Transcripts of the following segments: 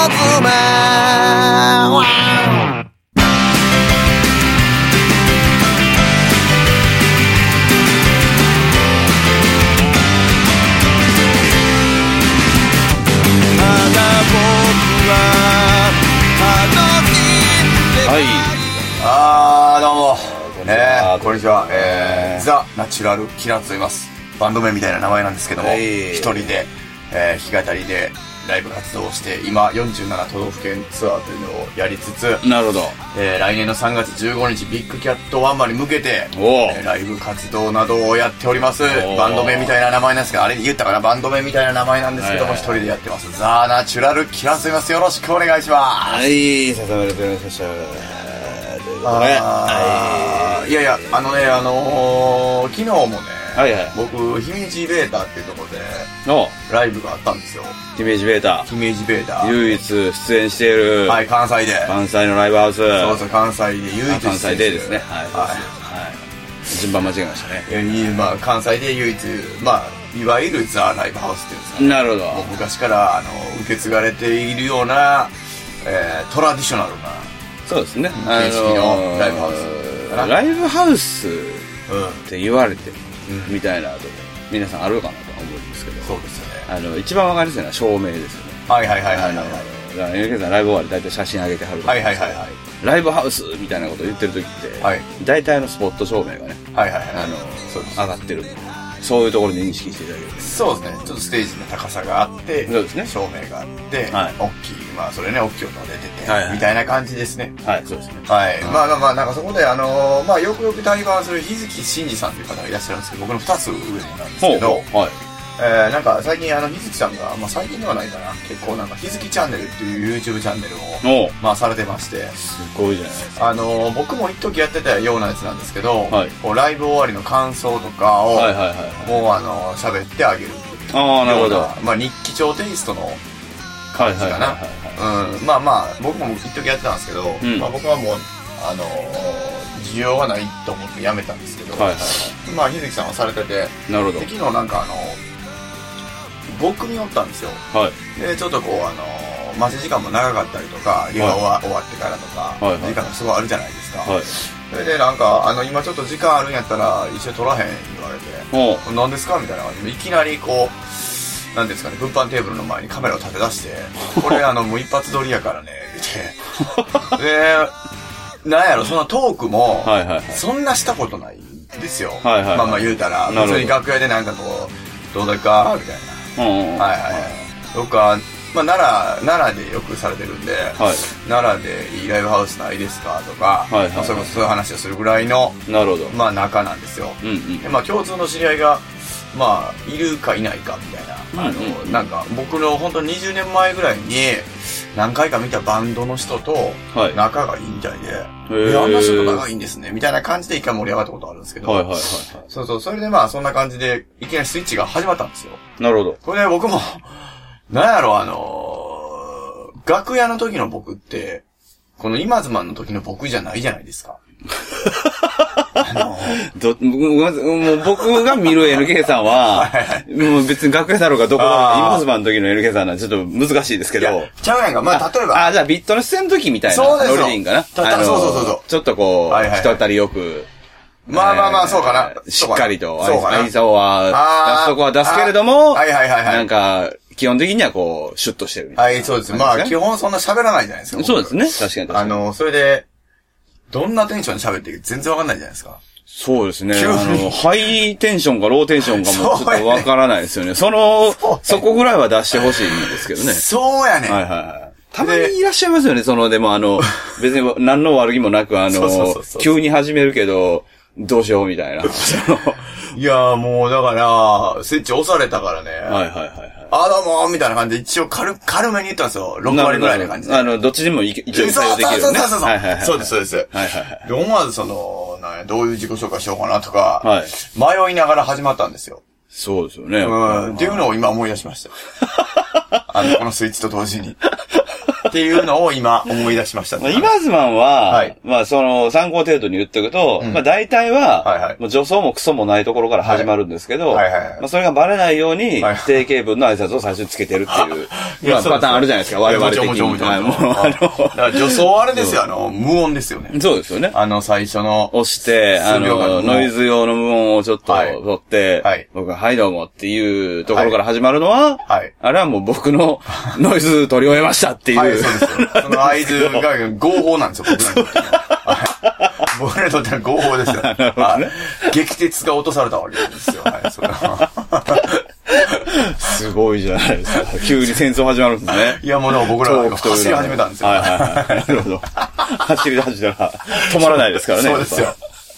妻。 はい。 どうも。こんにちは。ザ・ナチュラル・キラーズと言います。バンド名みたいな名前なんですけども、一人で、弾き語りでライブ活動をして、今47都道府県ツアーというのをやりつつ、 なるほど。 来年の3月15日ビッグキャットワンマンに向けて、ライブ活動などをやっております。バンド名みたいな名前なんですけど、あれ言ったかな、バンド名みたいな名前なんですけども、一人でやってます。ザ・ナチュラル・キラーズと言います。よろしくお願いします。 はい、笹村と申しました。 いやいや、昨日もね、 はいはい、 僕、姫路ベータっていうところで、ライブがあったんですよ。 姫路ベータ。 姫路ベータ。 唯一出演している。 はい、関西で。 関西のライブハウス。 そうそう、関西で唯一。 関西でですね。はい。はい。順番間違えましたね。 まあ、関西で唯一、まあ、いわゆるザ・ライブハウスっていうんですかね。 なるほど。 もう昔から、受け継がれているような、トラディショナルな。 そうですね。 形式のライブハウス。 ライブハウスって言われてみたいなと皆さんあるかなと思うんですけど。 そうですよね。 一番わかりやすいのは照明ですよね。 はいはいはいはい。 NHK さんライブ終わり大体写真上げてはると思うんですけど。ライブハウスみたいなことを言ってる時って、大体スポット照明がね、上がってる。そういうところで認識していただける。 そうですね。ちょっとステージの高さがあって、 そうですね。 照明があって、大きい、まあそれね、大きい音が出てて、みたいな感じですね。 はい、そうですね。 はい。まあまあまあ、なんかそこでまあよくよく対バンする日月真二さんという方がいらっしゃるんですけど、僕の2つ上なんですけど、なんか最近日月さんが、まあ最近ではないかな、結構なんか日月チャンネルっていう YouTube チャンネルを、まあされてまして、 すごいじゃないですか。 僕も一時やってたようなやつなんですけど、こうライブ終わりの感想とかを、もう喋ってあげるっていう。 ああ、なるほど。 まあ日記帳テイストの感じかな。まあまあ、僕も一時やってたんですけど、まあ僕はもう、需要がないと思ってやめたんですけど、まあ日月さんはされてて、 なるほど。 昨日なんか5組おったんですよ。で、ちょっとこう待ち時間も長かったりとか、終わってからとか、時間がすごいあるじゃないですか。それでなんか、今ちょっと時間あるんやったら一緒に撮らへん言われて、何ですかみたいな感じで、いきなりこう、なんですかね、物販テーブルの前にカメラを立て出して、これもう一発撮りやからね、言って。で、なんやろ、そのトークも、そんなしたことないんですよ。まあまあ言うたら、普通に楽屋でなんかこう、どうだかみたいな。とか、まあ奈良でよくされてるんで、奈良でいいライブハウスないですかとか、それこそそういう話をするぐらいの、まあ仲なんですよ。でまあ共通の知り合いが、まあ、いるかいないかみたいな。なんか僕の本当に20年前ぐらいに、何回か見たバンドの人と仲がいいみたいで、あんな人と仲いいんですね、みたいな感じで一回盛り上がったことあるんですけど、そうそう、それでまあそんな感じで、いきなりスイッチが始まったんですよ。 なるほど。 これで僕も、なんやろ、楽屋の時の僕って、この今妻の時の僕じゃないじゃないですか。 もう僕が見る NK さんは、もう別に楽屋だろうがどこだろうが、今妻の時の NK さんはちょっと難しいですけど。 ちゃうやんか。まあ例えば。 じゃあビットの出演の時みたいなノリでいいんかな。 そう。 ちょっとこう、人当たりよく。 まあまあまあ、そうかな。 しっかりと、愛想は、出すとこは出すけれども、なんか、基本的にはこう、シュッとしてるみたいな。 そうです。まあ、基本そんな喋らないじゃないですか。 そうですね。確かに。 それで、どんなテンションで喋ってるか全然わかんないじゃないですか。 そうですね。ハイテンションかローテンションかもちょっとわからないですよね。そこぐらいは出してほしいんですけどね。 そうやね。 たまにいらっしゃいますよね。でも別に何の悪気もなく、急に始めるけど、どうしようみたいな。 いやもうだから、スイッチ押されたからね。どうもみたいな感じで一応軽めに言ったんですよ。6割ぐらいの感じで。 どっちでも一応対応できるよね。 そうです、そうです。で、思わずどういう自己紹介しようかなとか、迷いながら始まったんですよ。 そうですよね。 っていうのを今思い出しました。このスイッチと同時に。 っていうのを今思い出しました。 今ズマンは、はい、まあその参考程度に言っておくと、まあ大体は、はいはい、もう女装もクソもないところから始まるんですけど、はいはいはいはい、まあそれがバレないように、定型文の挨拶を最初につけてるっていう、まあパターンあるじゃないですか、我々的に。もちろん。 女装あれですよ、無音ですよね。 そうですよね。 最初の。 押して、ノイズ用の無音をちょっと取って、はい、僕がはいどうもっていうところから始まるのは、はい、あれはもう僕のノイズ取り終えましたっていう。はい、そうですよ。 その合図が合法なんですよ、僕らにとっては。僕らにとっては合法ですよ。ね、激鉄が落とされたわけですよ。はい、それは。 すごいじゃないですか。急に戦争始まるんですね。 いや、もうでも僕らが走り始めたんですよ。はいはいはい。なるほど。 走り始めたら止まらないですからね。 そうですよ。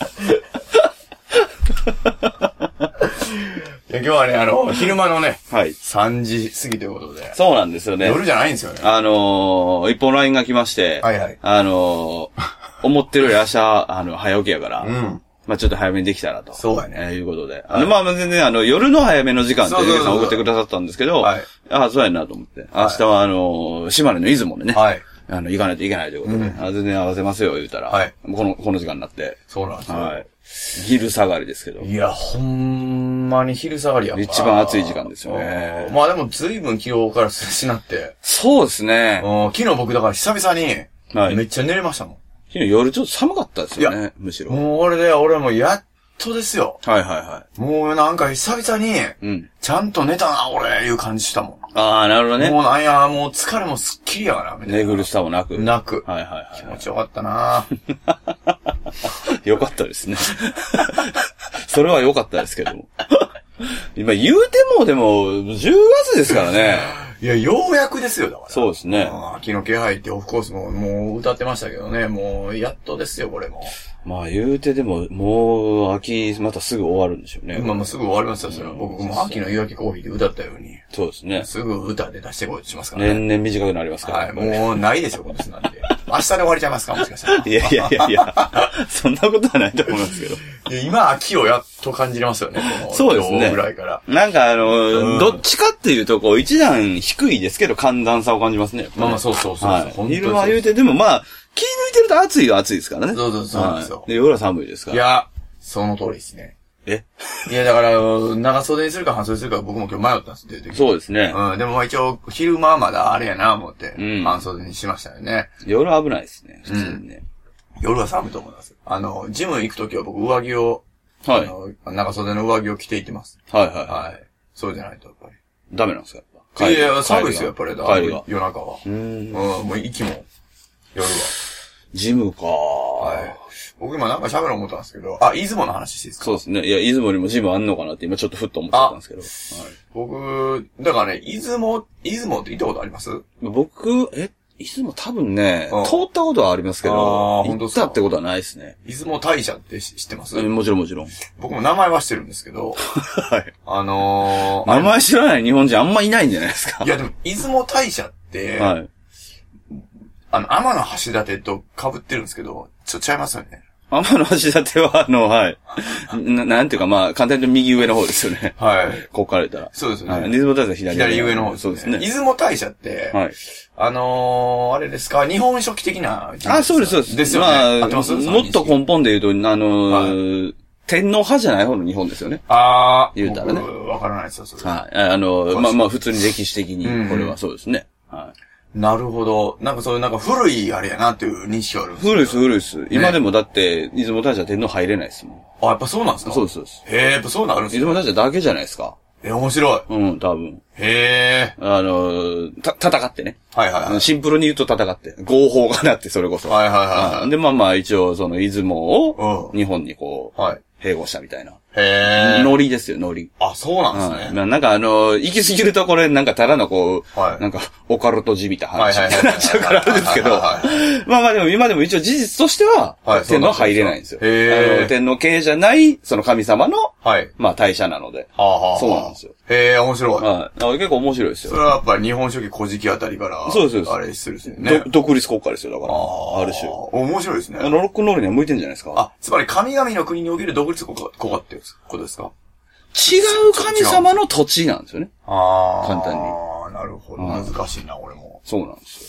今日はね、昼間のね、はい、3時過ぎということで。 そうなんですよね。 夜じゃないんですよね。 一本 LINE が来まして、はいはい。思ってるより明日、早起きやから、うん。まあちょっと早めにできたらと。そうやね。いうことで。はい、まあ全然夜の早めの時間って皆さん送ってくださったんですけど、はい。そうやなと思って。明日は島根の出雲でね、はい。行かないといけないということで、全然合わせますよ、言うたら、はい。この時間になって。 そうなんですよ。はい。 昼下がりですけど。 いや、ほんまに昼下がりやん。 一番暑い時間ですよね。 まあでも随分気温から涼しなって。 そうですね。 昨日僕だから久々に、めっちゃ寝れましたもん。 昨日夜ちょっと寒かったですよね、むしろ。 もう俺もやっとですよ。 はいはいはい。 もうなんか久々に、ちゃんと寝たな、俺、いう感じしたもん。 ああ、なるほどね。 もうなんや、もう疲れもすっきりやから、みたいな。 寝苦しさもなく。 なく。 はいはいはい。 気持ちよかったなよかったですね。それはよかったですけども。今言うてもでも、10月ですからね。 いや、ようやくですよ、だから。 そうですね。 秋の気配ってオフコースももう歌ってましたけどね、もうやっとですよ、これも。 まあ言うてでも、もう秋またすぐ終わるんでしょうね。 まあすぐ終わりますよ、それは。僕も秋の夕焼けコーヒーで歌ったように。 そうですね。 すぐ歌で出してこいとしますからね。 年々短くなりますから。 はい、もうないですよ、今年なんで。明日で終わりちゃいますか、もしかしたら。 いや、そんなことはないと思いますけど。 今、秋をやっと感じれますよね、この。 そうですね。 ぐらいから。 なんかどっちかっていうと、一段低いですけど、寒暖差を感じますね。 まあそう。はい。 昼間言うて、でもまあ、気抜いてると暑いは暑いですからね。 そうなんですよ。 で、夜は寒いですから。 いや、その通りですね。いや、だから、長袖にするか半袖にするか僕も今日迷ったんです、 そうですね。 でも一応、昼間はまだあれやな、思って、半袖にしましたよね。 夜は危ないですね、普通にね。 夜は寒いと思います。ジム行くときは僕上着を、はい。長袖の上着を着ていってます。はい。そうじゃないと、やっぱり。 ダメなんですか、やっぱ。いや、寒いですよ、やっぱり。帰りが。夜中は。もう息も、夜は。 ジムか。 はい。僕今なんか喋ろう思ったんですけど、出雲の話していいですか？ そうですね。いや、出雲にもジムあんのかなって今ちょっとふっと思ってたんですけど。はい。 僕、だからね、出雲って行ったことあります？ 僕、出雲多分ね、通ったことはありますけど、行ったってことはないですね。 出雲大社って知ってます？ もちろん。 僕も名前は知ってるんですけど、はい。 名前知らない日本人あんまいないんじゃないですか。 いやでも、出雲大社って、はい。天橋立と被ってるんですけど、ちょっと違いますよね。 天橋立ははい。なんていうかまあ、簡単に言うと右上の方ですよね。はい。こうから言ったら。 そうですよね。 出雲大社は左上の方です。そうですね。出雲大社って、はい。あれですか、日本書紀的な神社。 そうです。 ですよね。 まあ、もっと根本で言うと、天皇派じゃない方の日本ですよね。言うたらね。 わからないですよ、それ。 はい。まあ、普通に歴史的に、これはそうですね。はい。 なるほど。なんかそういうなんか古いあれやなっていう認識があるんです古いです。今でもだって、出雲大社天皇入れないですもん。 やっぱそうなんですか？ そうです。 やっぱそうなるんですか？ 出雲大社だけじゃないですか。 面白い。 多分。 戦ってね。はい。 シンプルに言うと戦って。合法がなって、それこそ。はい。で、まあ一応、その出雲を、日本にこう、併合したみたいな。ノリですよ、ノリ。 そうなんですね。 なんか行き過ぎるとこれ、なんかただのこう、なんか、オカルトじみた話になっちゃうからあれですけど、まあでも今でも一応事実としては、天皇入れないんですよ。天皇系じゃない、その神様の、まあ大社なので。そうなんですよ。 面白い。 結構面白いですよ。 それはやっぱり日本書紀古事記あたりから、そうです。あれするですね。 独立国家ですよ、だから。ある種。 面白いですね。 ロックンロールには向いてんじゃないですか。 つまり神々の国における独立国家ってことですか？ 違う神様の土地なんですよね。簡単に。 なるほど。難しいな、俺も。 そうなんです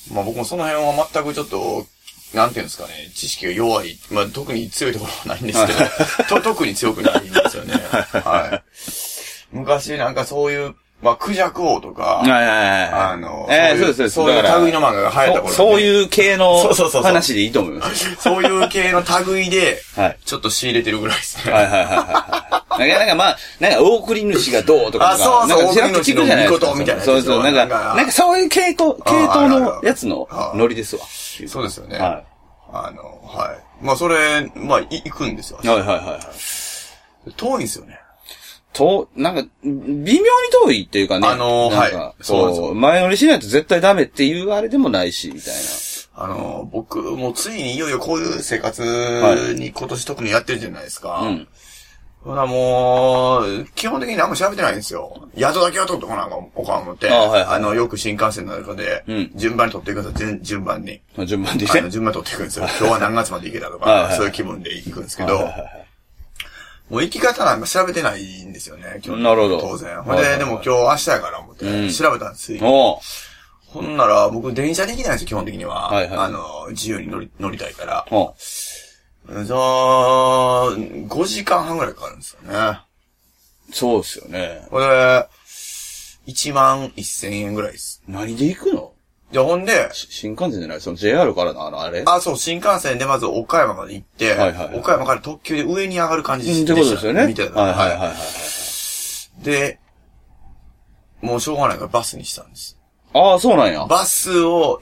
まあ僕もその辺は全くちょっと、なんていうんですかね、知識が弱い。まあ特に強いところはないんですけど、特に強くないんですよね。はい。昔なんかそういう、まあ、クジャク王とか、そういう類の漫画が流行った頃、ね、 そういう系の話でいいと思います。 そういう系の類で、ちょっと仕入れてるぐらいですね。 なんかまあ、なんか送り主がどうとか、 そうそう、送り主の見事みたいな。 そうそう、なんかそういう系統のやつのノリですわ。 そうですよね。はい。まあ、それ、まあ、行くんですよ。遠いんですよね。 なんか、微妙に遠いっていうかね。 はい。 そう。前乗りしないと絶対ダメっていうあれでもないし、みたいな。 僕、もうついにいよいよこういう生活に今年特にやってるじゃないですか。ほらもう、基本的に何も喋ってないんですよ。宿だけは取っとこなあかん、おかん思って。よく新幹線の中で、順番に取っていくんですよ、順番に。 順番にね。 順番に取っていくんですよ。今日は何月まで行けたとか、そういう気分で行くんですけど、もう生き方なんか調べてないんですよね、今日。 なるほど。 当然。でも今日明日やから思って、調べたんですよ。ほんなら、僕電車できないんですよ、基本的には。自由に乗りたいから。じゃあ、5時間半ぐらいかかるんですよね。 そうですよね。 これ、11,000円ぐらいです。 何で行くの？ いや、ほんで、 新幹線じゃないその JR からのあれ？ そう、新幹線でまず岡山まで行って、岡山から特急で上に上がる感じでした。 ってことですよね。 みたいな。で、もうしょうがないからバスにしたんです。 そうなんや。 バスは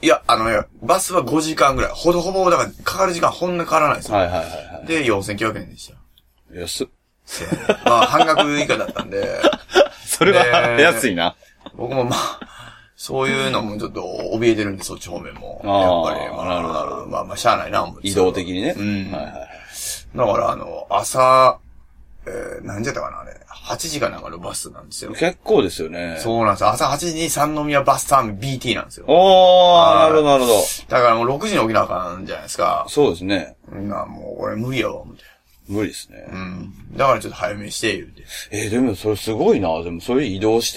5時間ぐらい。ほぼ、だから、かかる時間ほんのかからないですよ。で、4,900円でした。 安っ。 まあ、半額以下だったんで。 それは、安いな。 僕もまあ、そういうのもちょっと怯えてるんで、そっち方面も。やっぱり。 なるほど。 まあ、しゃあないな、 移動的にね。 だから、朝、何時だったかな、あれ。8時かなんかのバスなんですよ。 結構ですよね。 そうなんですよ。朝8時に三宮バスターミナル BT なんですよ。 なるほど、なるほど。 だからもう6時に起きなあかんじゃないですか。 そうですね。 もうこれ無理やわ、思って。 無理ですね。 だからちょっと早めにして、言うて。 でもそれすごいな。でもそれ移動して、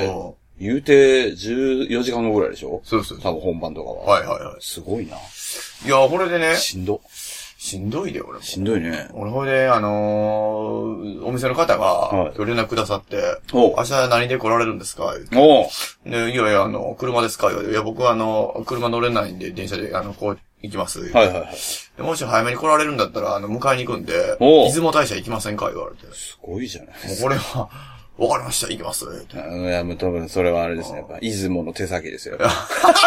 言うて14時間後ぐらいでしょ？ そう。 多分本番とかは。 はい。 すごいな。 いや、これでね。しんどいで、俺も。 しんどいね。 俺、ほいで、お店の方が、連絡くださって、明日何で来られるんですか？で、いや、車ですか？いや、僕は車乗れないんで、電車で、こう、行きます。でもし早めに来られるんだったら、迎えに行くんで、出雲大社行きませんか？言われて。すごいじゃないですか。もうこれは、わかりました、行きます。 いや、もう多分それはあれですね。やっぱ、出雲の手先ですよ。 や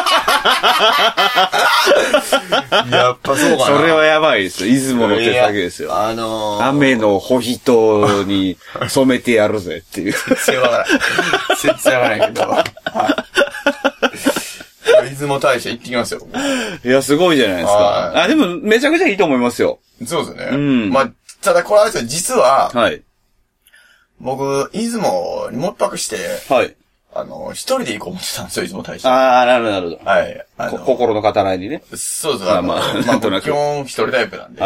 っぱそうかな。 それはやばいですよ。出雲の手先ですよ。雨の穂人に染めてやるぜっていう。 全然わからないけど。出雲大社行ってきますよ。 いや、すごいじゃないですか。でも、めちゃくちゃいいと思いますよ。 そうですよね。まあ、ただこれはですよ、実は、僕、出雲にもっぱくして、一人で行こう思ってたんですよ、出雲大社。 なるほど。 はい。 心の語らいにね。 そうです。基本一人タイプなんで。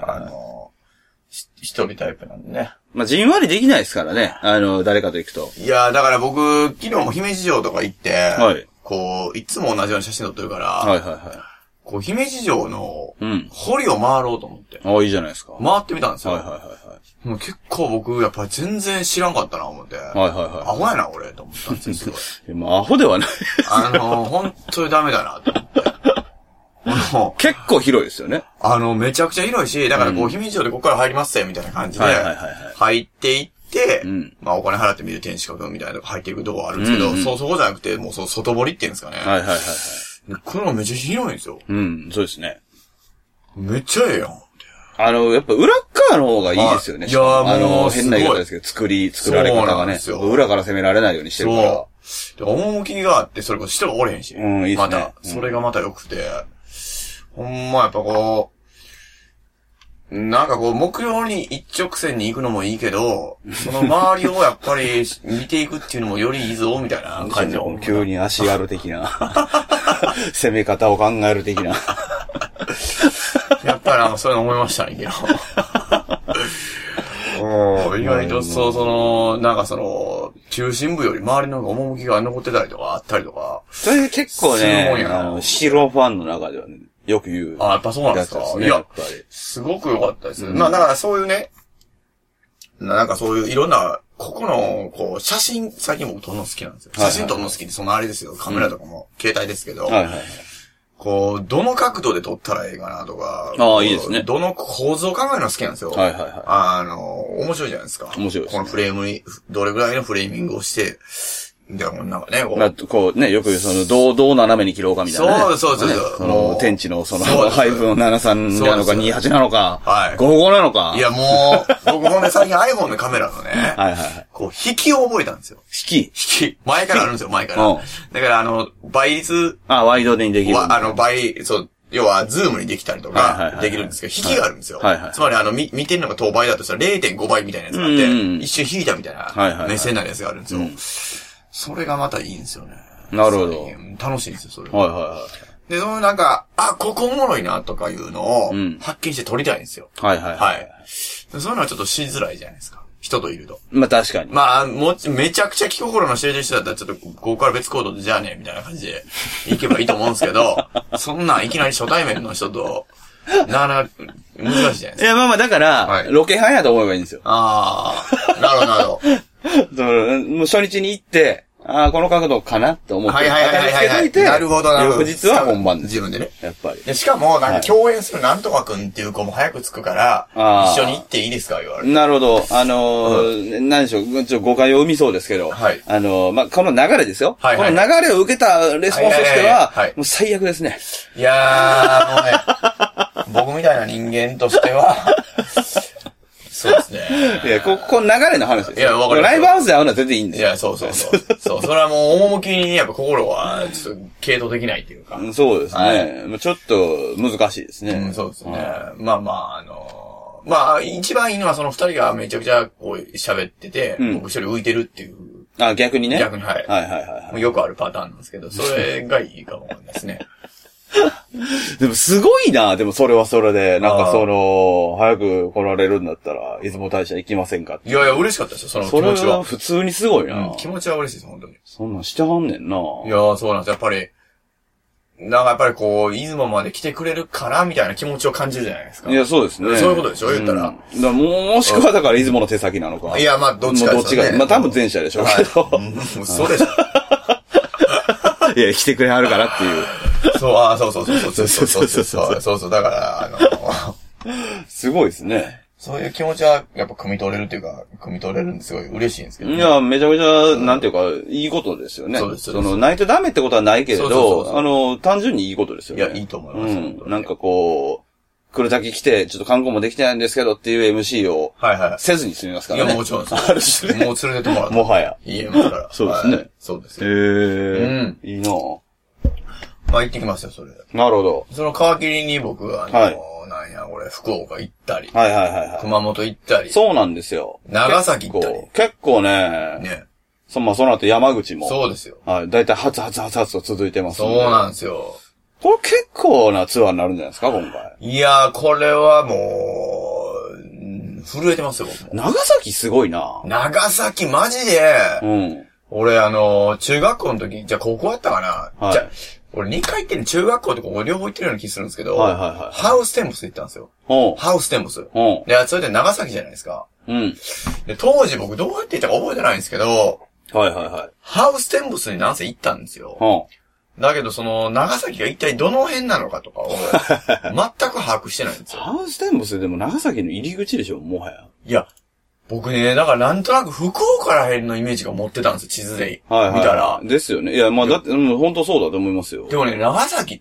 一人タイプなんでね。 まあ、じんわりできないですからね。誰かと行くと。 いや、だから僕、昨日も姫路城とか行って、こう、いつも同じような写真撮ってるから、こう、姫路城の、堀を回ろうと思って。 いいじゃないですか。 回ってみたんですよ。もう結構僕、やっぱり全然知らんかったな、思って。アホやな、俺、と思ったんですよ、すごい。まあ、アホではない。 本当にダメだな、と思って。 結構広いですよね。 めちゃくちゃ広いし、だからこう、姫路城でここから入りますよ、みたいな感じで、入っていって、まあ、お金払って見る天守閣みたいなとこ入っていくとこあるんですけど、そこじゃなくて、もう外堀っていうんですかね。これもめっちゃ広いんですよ。 そうですね。 めっちゃええやん。 やっぱ裏側の方がいいですよね。 いやもう変な言い方ですけど、作られ方がね。裏から攻められないようにしてるから。 そう。趣があって、それこそ人がおれへんし。 いいですね。 また、それがまた良くて。ほんまやっぱこう、なんかこう、目標に一直線に行くのもいいけど、その周りをやっぱり見ていくっていうのもよりいいぞ、みたいな感じで。 急に足ある的な。攻め方を考える的な。 やっぱりそういうの思いましたね、けど。意外となんか直中心部より周りの趣が残ってたりとかあったりとか。 それ結構ね、白ファンの中ではね、よく言う。 あ、やっぱそうなんですか。いや、すごく良かったです。まあだからそういうね、なんかそういういろんな、ここの、こう、写真、最近僕撮るの好きなんですよ。写真撮るの好きってそのあれですよ。カメラとかも、携帯ですけど。こう、どの角度で撮ったらいいかなとか。 ああ、いいですね。 どの構図を考えるの好きなんですよ。面白いじゃないですか。 面白いです。 このフレームに、どれぐらいのフレーミングをして、でもなんかね、 こうね、よくどう斜めに切ろうかみたいな、ね。そう。天地の配分を73なのか28なのか、55なのか。 いやもう、僕もね、最近 iPhone のカメラのね、こう、引きを覚えたんですよ。 引き。前からあるんですよ、前から。だから倍率。 ワイドにできる。 要は、ズームにできたりとか、できるんですけど、引きがあるんですよ。つまり見てるのが等倍だとしたら 0.5 倍みたいなやつがあって、一瞬引いたみたいな、目線になるやつがあるんですよ。それがまたいいんですよね。 なるほど。 楽しいんですよ、それ。で、なんか、ここおもろいなとかいうのを、発見して撮りたいんですよ。そういうのはちょっとしづらいじゃないですか。人といると。 まあ確かに。 まあ、めちゃくちゃ気心の知れてる人だったら、ちょっと、ここから別行動でじゃあね、みたいな感じで行けばいいと思うんですけど、そんないきなり初対面の人と、なかなか難しいじゃないですか。 いや、まあだから、ロケハンやと思えばいいんですよ。 なるほど。もう初日に行って、この角度かなって思って。つけといて。 なるほど、 翌日は本番です。 自分でね。 やっぱり。 しかも、なんか共演するなんとかくんっていう子も早く着くから、一緒に行っていいですか言われて。 なるほど。何でしょう、誤解を生みそうですけど。まあ、この流れですよ。この流れを受けたレスポンスとしては、もう最悪ですね。 いやー、もうね、僕みたいな人間としては、そうですね。 いや、この流れの話です。 いや、わかる。 ライブハウスで会うのは全然いいんですよ。 いや、そう。それはもう、趣にやっぱ心は、ちょっと、傾倒できないっていうか。 そうですね。ちょっと、難しいですね。 そうですね。まあ、一番いいのはその二人がめちゃくちゃ、こう、喋ってて、僕一人浮いてるっていう。 逆にね。 逆に、はい。よくあるパターンなんですけど、それがいいかもわかんないですね。 でもすごいな、でもそれはそれで、なんか早く来られるんだったら、出雲大社行きませんかって。 いや、嬉しかったですよ、その気持ちは。 それは普通にすごいな。 気持ちは嬉しいです、本当に。 そんなんしてはんねんな。 いや、そうなんです。やっぱり、なんかやっぱりこう、出雲まで来てくれるから、みたいな気持ちを感じるじゃないですか。 いや、そうですね。 そういうことでしょ、言ったら。 もしくはだから出雲の手先なのか。 いや、まあ、どっちかですね。 まあ、多分前者でしょうけど。 そうでしょ。 いや、来てくれはるからっていう。 そう、だから、 すごいですね。 そういう気持ちは、やっぱ汲み取れるっていうか、汲み取れるんですごい嬉しいんですけど、 いや、めちゃめちゃ、なんていうか、いいことですよね。そうです。ないとダメってことはないけれど、単純にいいことですよね。 いや、いいと思います。 なんかこう、来るだけ来て、ちょっと観光もできてないんですけどっていう MC を、せずに済みますからね。 いや、もちろんある種ね。 もう連れてってもらう。 もはや。 言えますから。 そうですね。 そうです。 いいなぁ。 まあ、行ってきますよ、それ。 なるほど。 その皮切りに僕は、なんや、これ、福岡行ったり。熊本行ったり。 そうなんですよ。 長崎行ったり。 結構ね。その後山口も。 そうですよ。 はい。だいたい初と続いてますそうなんですよ。 これ結構なツアーになるんじゃないですか、今回。 いやー、これはもう、震えてますよ、僕も。 長崎すごいな。 長崎マジで、俺中学校の時、じゃあ高校やったかな。じゃ俺2回行ってる中学校とここ両方行ってるような気するんですけど、ハウステンボス行ったんですよ。ハウステンボス。で、それで長崎じゃないですか。で、当時僕どうやって行ったか覚えてないんですけど、ハウステンボスになんせ行ったんですよ。だけど長崎が一体どの辺なのかとかを、全く把握してないんですよ。 ハウステンボスでも長崎の入り口でしょ、もはや。 いや、僕ね、だからなんとなく福岡ら辺のイメージが持ってたんですよ、地図で。見たら。 ですよね。いや、まあだって、本当そうだと思いますよ。 でもね、長崎って、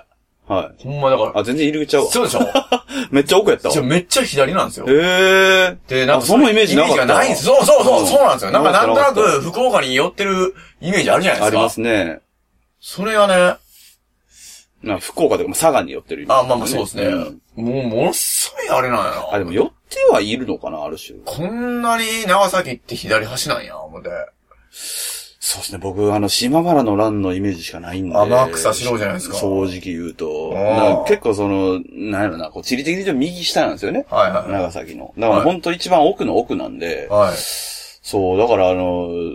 ほんまだから。 全然入り口ちゃうわ。 そうでしょめっちゃ奥やったわ。 めっちゃ左なんですよ。 で、なんかそのイメージなかった。 イメージがないんです。そうなんですよ。なんとなく福岡に寄ってるイメージあるじゃないですか。 ありますね。 それがね、 福岡とかも佐賀に寄ってるイメージ。 まあそうですね。もう、ものすごいあれなんやな。 でも寄ってはいるのかな、ある種。 こんなに長崎って左端なんや、思って。 そうですね、僕、島原の乱のイメージしかないんで。 天草四郎じゃないですか。 正直言うと。結構なんやろな、地理的に言うと右下なんですよね。長崎の。だから本当一番奥の奥なんで。そう、だから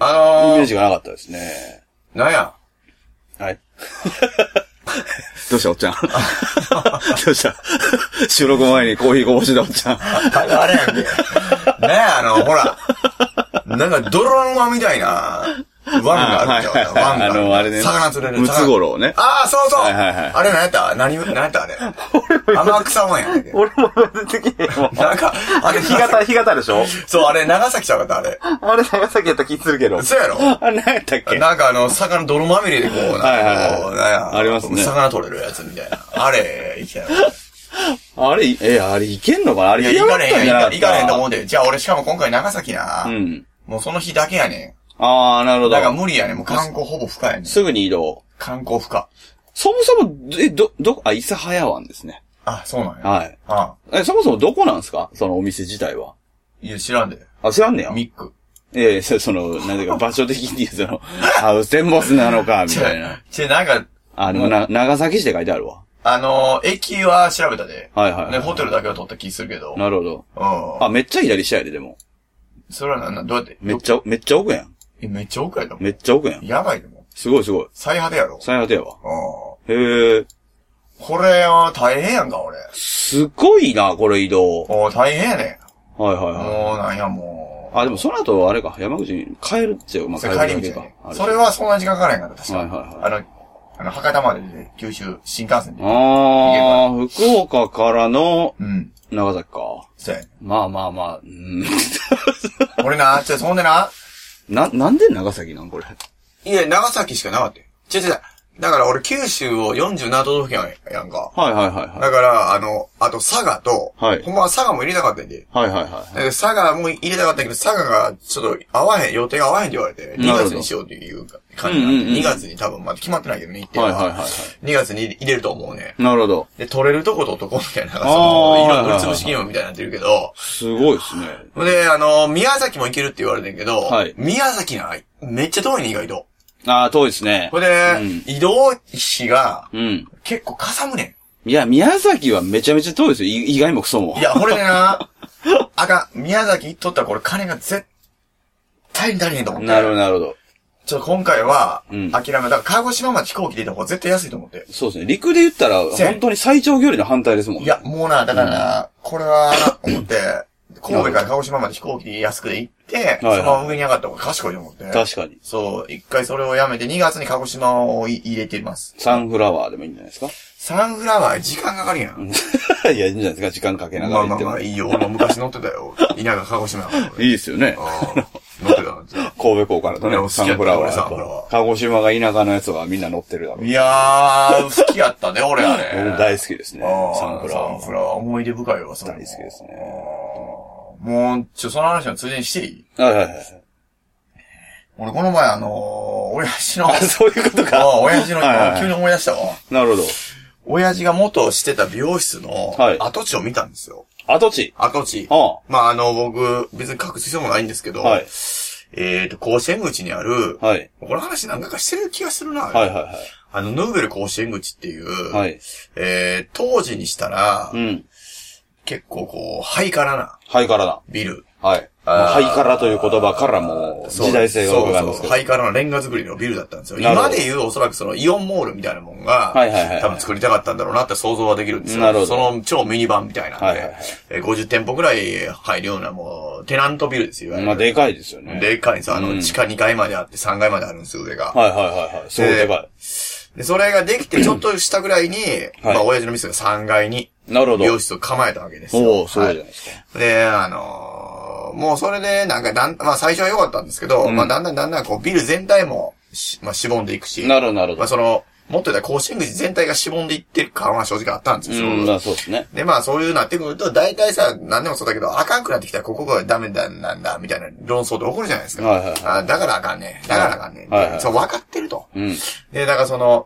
イメージがなかったですね。 なんやはい。どうしたおっちゃんどうした収録前にコーヒーこぼしたおっちゃん。 あれやんけ。ねえ、ほら。なんか泥沼みたいな、ワンがあるじゃん。ワンが。 あれね。 魚釣れる。 ムツゴロウね。 ああ、そうそう。はいはいはい。あれ何やった何やったあれ。天草ワンやんけ。 俺も出てきてよ。 なんか、あれ、 干潟でしょそう、あれ、長崎ちゃうかったあれ。 あれ、長崎やった気するけど。 そうやろあれ、何やったっけなんか魚泥まみれでこう、なんかありますね。 魚取れるやつみたいな。あれ、いけない。 あれ、あれいけんのかなあれ、 いかれへんと思うで。じゃあ俺しかも今回長崎な。うん。もうその日だけやねん。ああ、なるほど。 だから無理やねん。もう観光ほぼ不可やねん。 すぐに移動。 観光不可。 そもそも、諫早湾ですね。 あ、そうなんや。 はい。そもそもどこなんですかそのお店自体は。 いや、知らんで。 あ、知らんねや。 ミック。 なんていうか、場所的に、ハウステンボスなのか、みたいな。 なんか、 長崎市って書いてあるわ。 駅は調べたで。 はいはい。 ね、ホテルだけは取った気するけど。 なるほど。あ、めっちゃ左下やで、でも。 それはどうやってめっちゃ奥やん。 めっちゃ奥やでも。 めっちゃ奥やん。 やばいでも。 すごいすごい。 最果てやろ。 最果てやわ。へえ。 これは大変やんか、俺。 すごいな、これ移動。 大変やねん。はいはいはい。 もうなんやもう。あ、でもその後、あれか、山口に帰るっちゃう。まあ、 帰り道か。それはそんな時間かからへんかった、確かに。はいはい。博多まで九州新幹線で。 ああ、福岡からの、長崎か。 そうやね。 まあ、 俺な、そんでな。 なんで長崎なんこれ。 いや、長崎しかなかったよ。違う。だから俺九州を47都道府県やんか。 はいはいはい。 だから、あと佐賀と、 はい。 ほんまは佐賀も入れたかったんで。 はいはいはい。 佐賀も入れたかったけど、佐賀がちょっと予定が合わへんって言われて、2月にしようっていう感じなんで、2月に多分まだ決まってないけどね、行ってはいはいはい。 2月に入れると思うね。 なるほど。 で、取れるとこととこみたいな、いろんな売りつぶしゲームみたいになってるけど。 すごいですね。 で、宮崎も行けるって言われてんけど、はい。宮崎な、めっちゃ遠いね、意外と。 ああ、遠いですね。 これで、移動費が、結構かさむねん。いや、宮崎はめちゃめちゃ遠いですよ。意外もクソも。 いや、これでな、宮崎行っとったらこれ金が絶対に足りへんと思って。 なるほど。 ちょっと今回は、諦め、だから鹿児島まで飛行機で行った方が絶対安いと思って。 そうですね。陸で言ったら、本当に最長距離の反対ですもんね。 いや、もうな、だからな、これは、思って、神戸から鹿児島まで飛行機で安くで行って、その上に上がった方が賢いと思って。 確かに。 そう、一回それをやめて2月に鹿児島を入れてます。 サンフラワーでもいいんじゃないですか？ サンフラワー時間かかるやん。 いや、いいんじゃないですか？時間かけながら行っても。 まあいいよ。俺も昔乗ってたよ。田舎鹿児島。 いいですよね。 乗ってた。 神戸港からのね、サンフラワー。鹿児島が田舎のやつがみんな乗ってるだろう。 いやー、好きやったね、俺あれ。 俺大好きですね。サンフラワー。 サンフラワー、思い出深いわ、 大好きですね。 もう、その話はついでにしていい？ はいはいはい。 俺この前親父の。 そういうことか。 親父の、急に思い出したわ。 なるほど。 親父が元してた美容室の跡地を見たんですよ。 跡地。 まあ僕、別に隠す必要もないんですけど、はい。甲子園口にある、はい。この話何回かしてる気がするな。 はいはいはい。 ヌーベル甲子園口っていう、 はい。 当時にしたら、結構ハイカラな。ビル。 はい。ハイカラという言葉からも時代性が伺いますけど。 ハイカラなレンガ作りのビルだったんですよ。今で言うおそらくそのイオンモールみたいなもんが、多分作りたかったんだろうなって想像はできるんですよ。 なるほど。 その超ミニバンみたいなんで、50店舗ぐらい入るようなもう、テナントビルですよ。 まあでかいですよね。 でかいんですよ。地下2階まであって3階まであるんですよ、上が。 はい。そうでかい。 で、それができてちょっとしたぐらいに、まあ親父の店が3階に、美容室を構えたわけですよ。 おー、そうじゃないですか。 で、もうそれでまあ最初は良かったんですけど、まあだんだんビル全体もまあしぼんでいくし。 なるほど。 まあもっと言ったら甲子園口全体がしぼんでいってる感は正直あったんですよ。 そうですね。 で、まあそういうなってくると、大体さ、何でもそうだけど、あかんくなってきたらここがダメなんだ、みたいな論争で起こるじゃないですか。だからあかんね。そう、分かってると。で、だから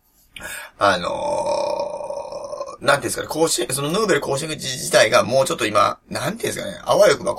なんていうんですかね、そのヌーベル甲子園口自体がもうちょっと今、なんていうんですかね、あわよくば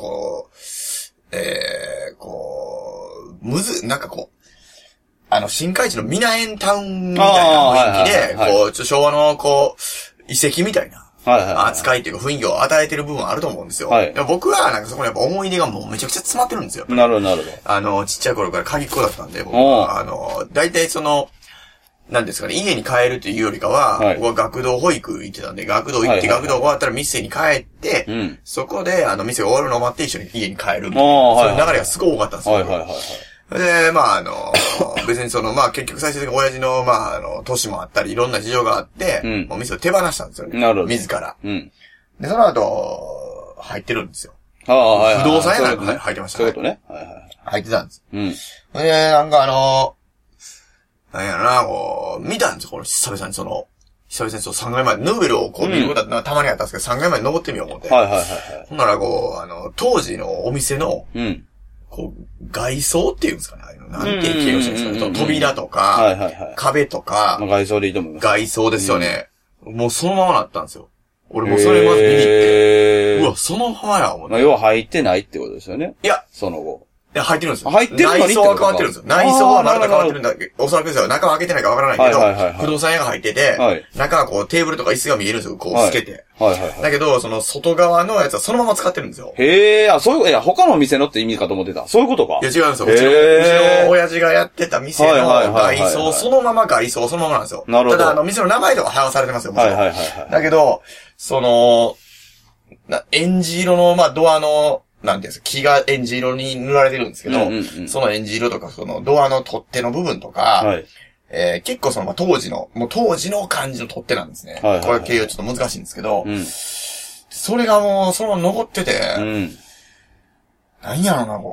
新海地のミナエンタウンみたいな雰囲気で、昭和の遺跡みたいな扱いっていうか雰囲気を与えてる部分あると思うんですよ。はい。僕はなんかそこにやっぱ思い出がもうめちゃくちゃ詰まってるんですよ。 なるほど、なるほど。ちっちゃい頃から鍵っ子だったんで、僕は、大体なんですかね、家に帰るというよりかは、僕は学童保育行ってたんで、学童行って、学童終わったら店に帰って、そこで、店が終わるのを待って一緒に家に帰るみたいな。そういう流れがすごい多かったんですよ。で、別に結局最終的に親父の、年もあったり、いろんな事情があって、もう店を手放したんですよね。なるほど。自ら。で、その後、入ってるんですよ。不動産屋なんか入ってましたね。そういうことね。入ってたんです。で、なんかなんやろな、見たんですよ、久々に3階まで、ヌーベルを見ることはたまにあったんですけど、3階まで登ってみよう思って。ほんなら当時のお店の、外装っていうんですかね、なんて形容してるんですかね、扉とか、壁とか、 外装でいいと思います。 外装ですよね。もうそのままなったんですよ。俺もうそれまず見に行って、うわ、そのままや、思って。 要は入ってないってことですよね。 いや、 その後。 入ってるんですよ。 入ってるのに内装は変わってるんですよ。内装はまだ変わってるんだけど、おそらくですよ。中は開けてないかわからないけど、不動産屋が入ってて、中はテーブルとか椅子が見えるんですよ。透けて。だけど、外側のやつはそのまま使ってるんですよ。 へー、そういう、いや、他の店のって意味かと思ってた。そういうことか。 いや、違うんですよ。うちの親父がやってた店の外装、そのまま外装、そのままなんですよ。なるほど。ただ、店の名前とか剥がされてますよ。だけど、エンジ色の、ドアの、なんていうんですか、木がエンジ色に塗られてるんですけど、そのエンジ色とか、ドアの取っ手の部分とか、結構当時の感じの取っ手なんですね。これ形容ちょっと難しいんですけど、それがもう、そのまま残ってて、なんやろな、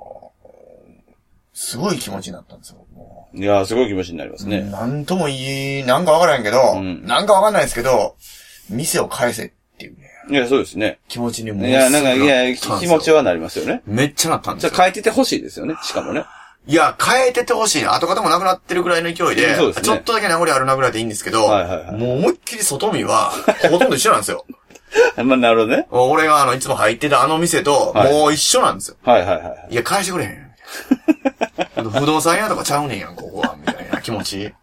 すごい気持ちになったんですよ。 いやー、すごい気持ちになりますね。 なんともなんかわからんけど、なんかわかんないですけど、店を返せっていうね。 いや、そうですね。 気持ちにもいや、気持ちはなりますよね。 めっちゃなったんですよ。 じゃあ変えててほしいですよね、しかもね。 いや、変えててほしいな。跡形もなくなってるぐらいの勢いで、そうですね、ちょっとだけ名残あるなぐらいでいいんですけど、もう思いっきり外見は、ほとんど一緒なんですよ。 まあ、なるほどね。 俺がいつも入ってた店と、もう一緒なんですよ。いや、返してくれへん。不動産屋とかちゃうねんやん、ここは、みたいな気持ち。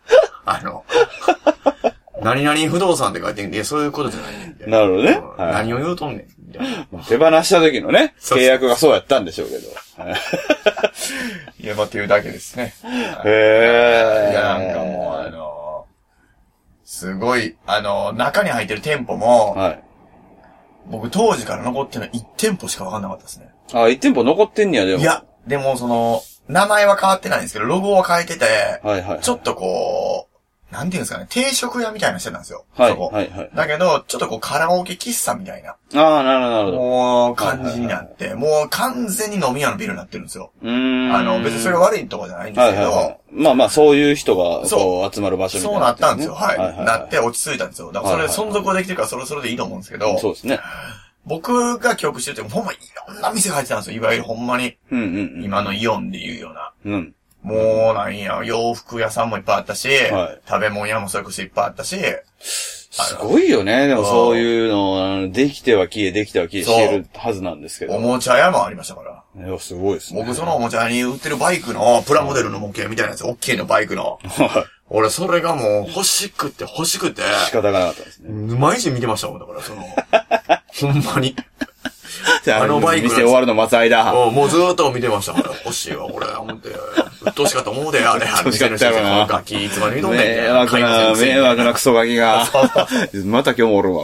何々不動産って書いてんで、そういうことじゃないねん。 なるほどね。 何を言うとんねん。 手放した時のね、契約がそうやったんでしょうけど。 いや、っていうだけですね。いや、なんかもうすごい、中に入ってる店舗も、僕当時から残ってるの1店舗しかわかんなかったですね。 1店舗残ってんねや、でも。 いや、でも名前は変わってないんですけど、ロゴは変えてて、ちょっとなんていうんですかね、定食屋みたいなしてたんですよ。そこ。だけど、ちょっとカラオケ喫茶みたいな。 なるほど。 もう、感じになって、もう完全に飲み屋のビルになってるんですよ。別にそれが悪いとこじゃないんですけど。 まあ、そういう人が、集まる場所みたいな。 そうなったんですよ。なって落ち着いたんですよ。だからそれ存続できてるからそれでいいと思うんですけど。 そうですね。 僕が記憶してると、ほんまいろんな店が入ってたんですよ。いわゆるほんまに。今のイオンでいうような。もうなんや、洋服屋さんもいっぱいあったし、食べ物屋もそれこそいっぱいあったし、 すごいよね。でもそういうの、できては消えしてるはずなんですけど。 おもちゃ屋もありましたから。 いや、すごいですね。 僕そのおもちゃ屋に売ってるバイクのプラモデルの模型みたいなやつ、大きいのバイクの。俺それがもう欲しくて。仕方がなかったですね。 毎日見てましたもん、だからほんまに。 バイク。店終わるの待つ間。 もうずーっと見てましたから、欲しいわ、これ、思って。うっとうしかった思うで、あれ。 うっとうしかったよな。 ガキ、いつまで見とんねん。 迷惑なクソガキが。また今日もおるわ。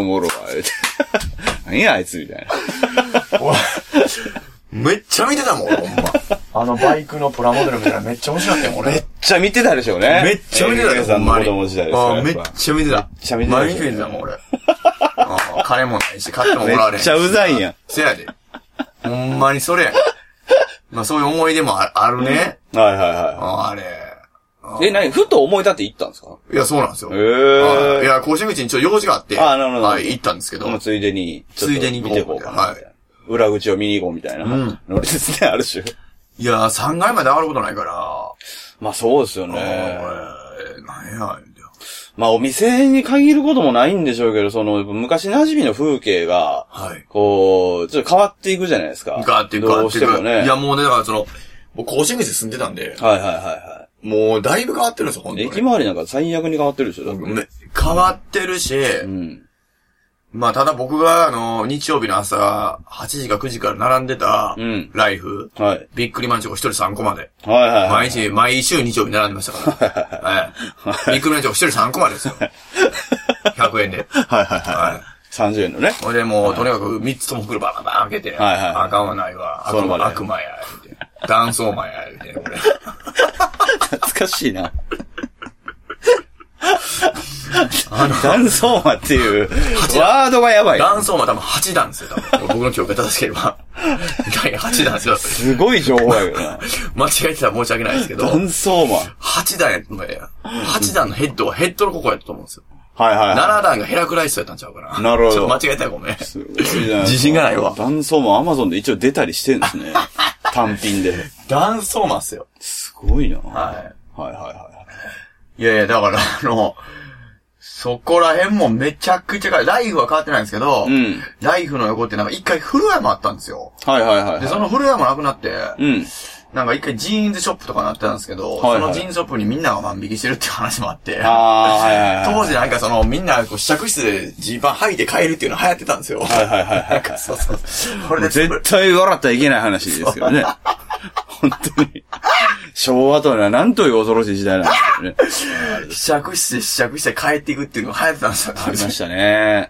何や、あいつ、みたいな。 めっちゃ見てたもん、ほんま。バイクのプラモデルみたいなめっちゃ面白かったよ、俺。 めっちゃ見てたでしょうね。 めっちゃ見てたよ、 ほんまに。子供時代ですめっちゃ見てた。毎日見てたもん、俺。金もないし、買ってももらわれへん。 めっちゃうざいんや。 せやで。ほんまにそれや。まあそういう思い出もあるね。あれ。 ふと思い立って行ったんですか？ いや、そうなんですよ。いや、甲子園口にちょっと用事があって、行ったんですけど。 ついでに見ていこうかな。 裏口を見に行こうみたいなノリですね、ある種。 いや、3階まで上がることないから。 まあそうですよね。 なんや。 まあお店に限ることもないんでしょうけど、昔馴染みの風景が、ちょっと変わっていくじゃないですか。 変わっていく。どうしてもね。いやもうね、だから僕甲子園口住んでたんで。もうだいぶ変わってるんですよ、本当に。 駅周りなんか最悪に変わってるでしょ、 変わってるし、 まあ、ただ僕が、日曜日の朝、8時か9時から並んでた、ライフ、はい。ビックリマンチョコ1人3個まで。はいはいはい。毎週日曜日並んでましたから。はい。ビックリマンチョコ1人3個までですよ。100円で。はいはいはい。 30円のね。 ほいでもう、とにかく3つとも袋バーンバーン開けて、はいはい。あかんはないわ。悪魔や、言うて。断層魔や、言うて、これ。 懐かしいな。断層魔っていうワードがやばい。 断層魔多分8段ですよ、多分。僕の記憶が正しければ。第8弾ですよ。 すごい情報やけどな。 間違えてたら申し訳ないですけど。 断層魔。 8段やったのや。8段のヘッドはヘッドのここやったと思うんですよ。 はいはい、はい。 7段がヘラクライストやったんちゃうかな。 なるほど。 ちょっと間違えたらごめん。すごい自信がないわ。 断層魔アマゾンで一応出たりしてるんですね。単品で。 断層魔っすよ。 すごいな。 はい。 はいはいはい。 いやいや、だからそこら辺もめちゃくちゃライフは変わってないんですけど、ライフの横ってなんか一回風呂屋もあったんですよ。 はいはいはい。 で、その風呂屋もなくなって、なんか一回ジーンズショップとかなってたんですけど、そのジーンズショップにみんなが万引きしてるっていう話もあって、当時なんかみんな試着室でジーパン履いて帰るっていうの流行ってたんですよ。 はいはいはいはい。 そうそう。これで絶対笑ったらいけない話ですよね。本当に。昭和とはなんという恐ろしい時代なんですよね。 試着室で試着して帰っていくっていうのが流行ってたんですよ。 ありましたね。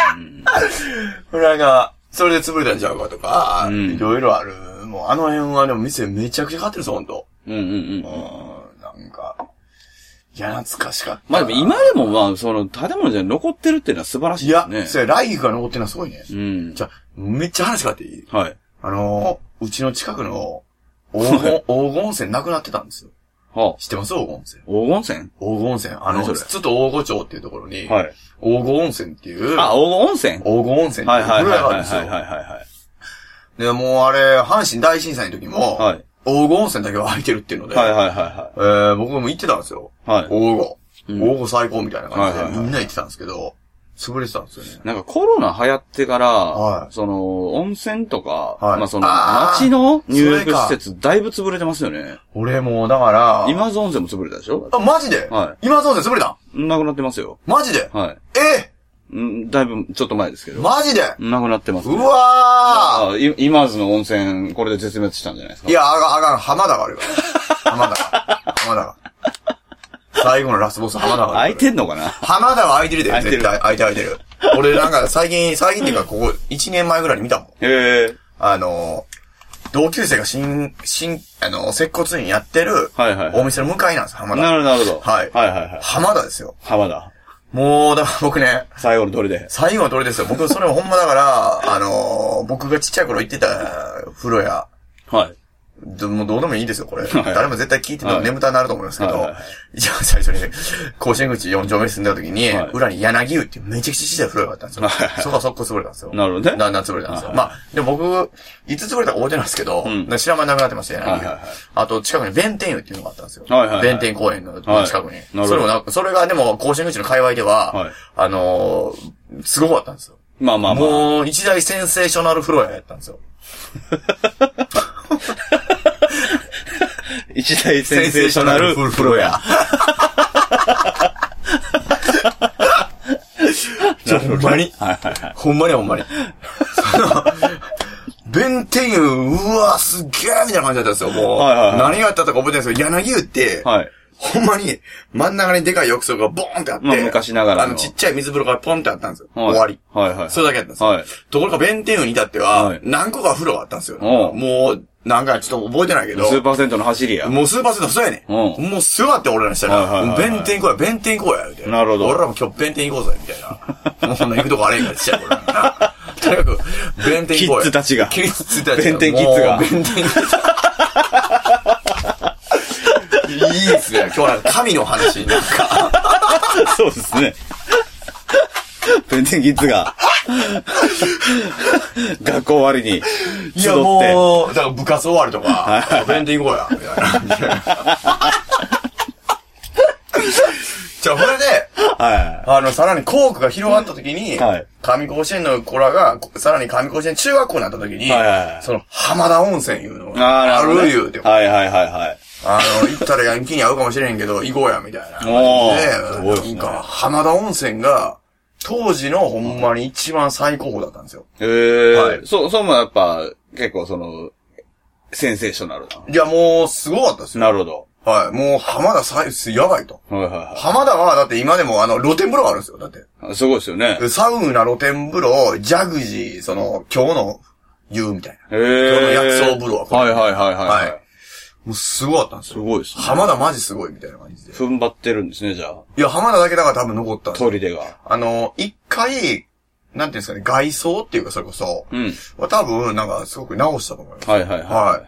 なんか、それで潰れたんちゃうかとか、いろいろある。もうあの辺はでも店めちゃくちゃ買ってるんですよ、ほんと。なんか、いや、懐かしかった。 まあでも今でもまあ、建物じゃ残ってるっていうのは素晴らしいですね。いや、 それライフが残ってるのはすごいね。じゃあ、めっちゃ話変わっていい？ はい。 うちの近くの黄金温泉なくなってたんですよ。はあ、知ってます？黄金温泉。 黄金温泉？ 黄金温泉。ちょっと黄金町っていうところに、はい。黄金温泉っていう。 あ、黄金温泉？ 黄金温泉っていう風呂屋があるんですよ。はいはいはいはい。で、もうあれ、阪神大震災の時も、はい。黄金温泉だけは空いてるっていうので、 はいはいはいはい。 僕も行ってたんですよ。 はい。 黄金最高みたいな感じで、みんな行ってたんですけど、潰れてたんですよね。 なんかコロナ流行ってから、はい、温泉とか、はい、まあ町の入浴施設、だいぶ潰れてますよね。 俺もだから、 今津温泉も潰れたでしょ？ あ、マジで？ はい。 今津温泉潰れた？ なくなってますよ。 マジで？ はい。だいぶ、ちょっと前ですけど。 マジで？ なくなってますね。 うわー！今津の温泉、これで絶滅したんじゃないですか？ いや、あかん、浜田があるよ。浜田が。最後のラスボス浜田が空いてんのかな？ 浜田は空いてるで、絶対。空いてる。俺なんか最近っていうかここ1年前ぐらいに見たもん。 へー。同級生が接骨院やってる、お店の向かいなんです、浜田。 なるほど。 はい。浜田ですよ。 浜田。 もう、だから僕ね。 最後の鳥で。 最後の鳥ですよ。僕、それほんまだから、僕がちっちゃい頃行ってた風呂屋。 はい。 もうどうでもいいですよ、これ。誰も絶対聞いてたら眠たになると思いますけど、一番最初に、甲子園口4丁目に住んだ時に、裏に柳湯っていうめちゃくちゃちっちゃい風呂があったんですよ。そこは速攻潰れたんですよ。 なるほどね。 だんだん潰れたんですよ。まあ、でも僕、いつ潰れたか覚えてないんですけど、知らないなくなってましたよ、柳湯。あと、近くに弁天湯っていうのがあったんですよ。弁天公園の近くに。それがでも、甲子園口の界隈では、すごかったんですよ。 まあ。 もう、一大センセーショナル風呂屋やったんですよ。 一大センセーショナル風呂屋。 ほんまに。ほんまに。弁天湯、うわ、すっげーみたいな感じだったんですよ、もう。何があったか覚えてないんですけど、柳湯って、ほんまに、真ん中にでかい浴槽がボーンってあって、 昔ながらちっちゃい水風呂がポンってあったんですよ。終わり。それだけだったんですよ。ところが弁天湯に至っては、何個か風呂があったんですよ。もう、なんかちょっと覚えてないけど。 スーパーセントの走りや。 もうスーパーセントそうやねん。もうすごかった俺らにしたら。弁天行こうや、みたいな。 なるほど。 俺らも今日弁天行こうぜ、みたいな。もうそんな行くとこあれんからちっちゃい頃なんかな。とにかく、弁天行こうや。 キッズたちが。 弁天キッズが。弁天キッズ。いいですね。今日は神の話、なんか。 そうですね。弁天キッズが、学校終わりに、 いやもう、だから部活終わりとか、弁天行こうや、みたいな。じゃあ、これで、さらに校区が広がった時に、上甲子園の子らが、さらに上甲子園中学校になった時に、浜田温泉いうのがある言うて。行ったらヤンキーに会うかもしれんけど、行こうや、みたいな。なんか、浜田温泉が、 当時のほんまに一番最高峰だったんですよ。 はい。そうもやっぱ、結構センセーショナルな。 いや、もう、すごかったですよ。 なるほど。 はい。もう、浜田サイズやばいと。 はいはいはい。 浜田は、だって今でも露天風呂があるんですよ、だって。 すごいですよね。 サウナ、露天風呂、ジャグジー、今日の湯みたいな。今日の薬草風呂はこれ。はい。もうすごかったんですよ。 すごいですね。 浜田マジすごいみたいな感じで。 踏ん張ってるんですね、じゃあ。 いや、浜田だけだから多分残ったんですよ。 砦が。 一回、なんていうんですかね、外装っていうかそれこそ。 うん。 多分、なんかすごく直したと思います。 はい。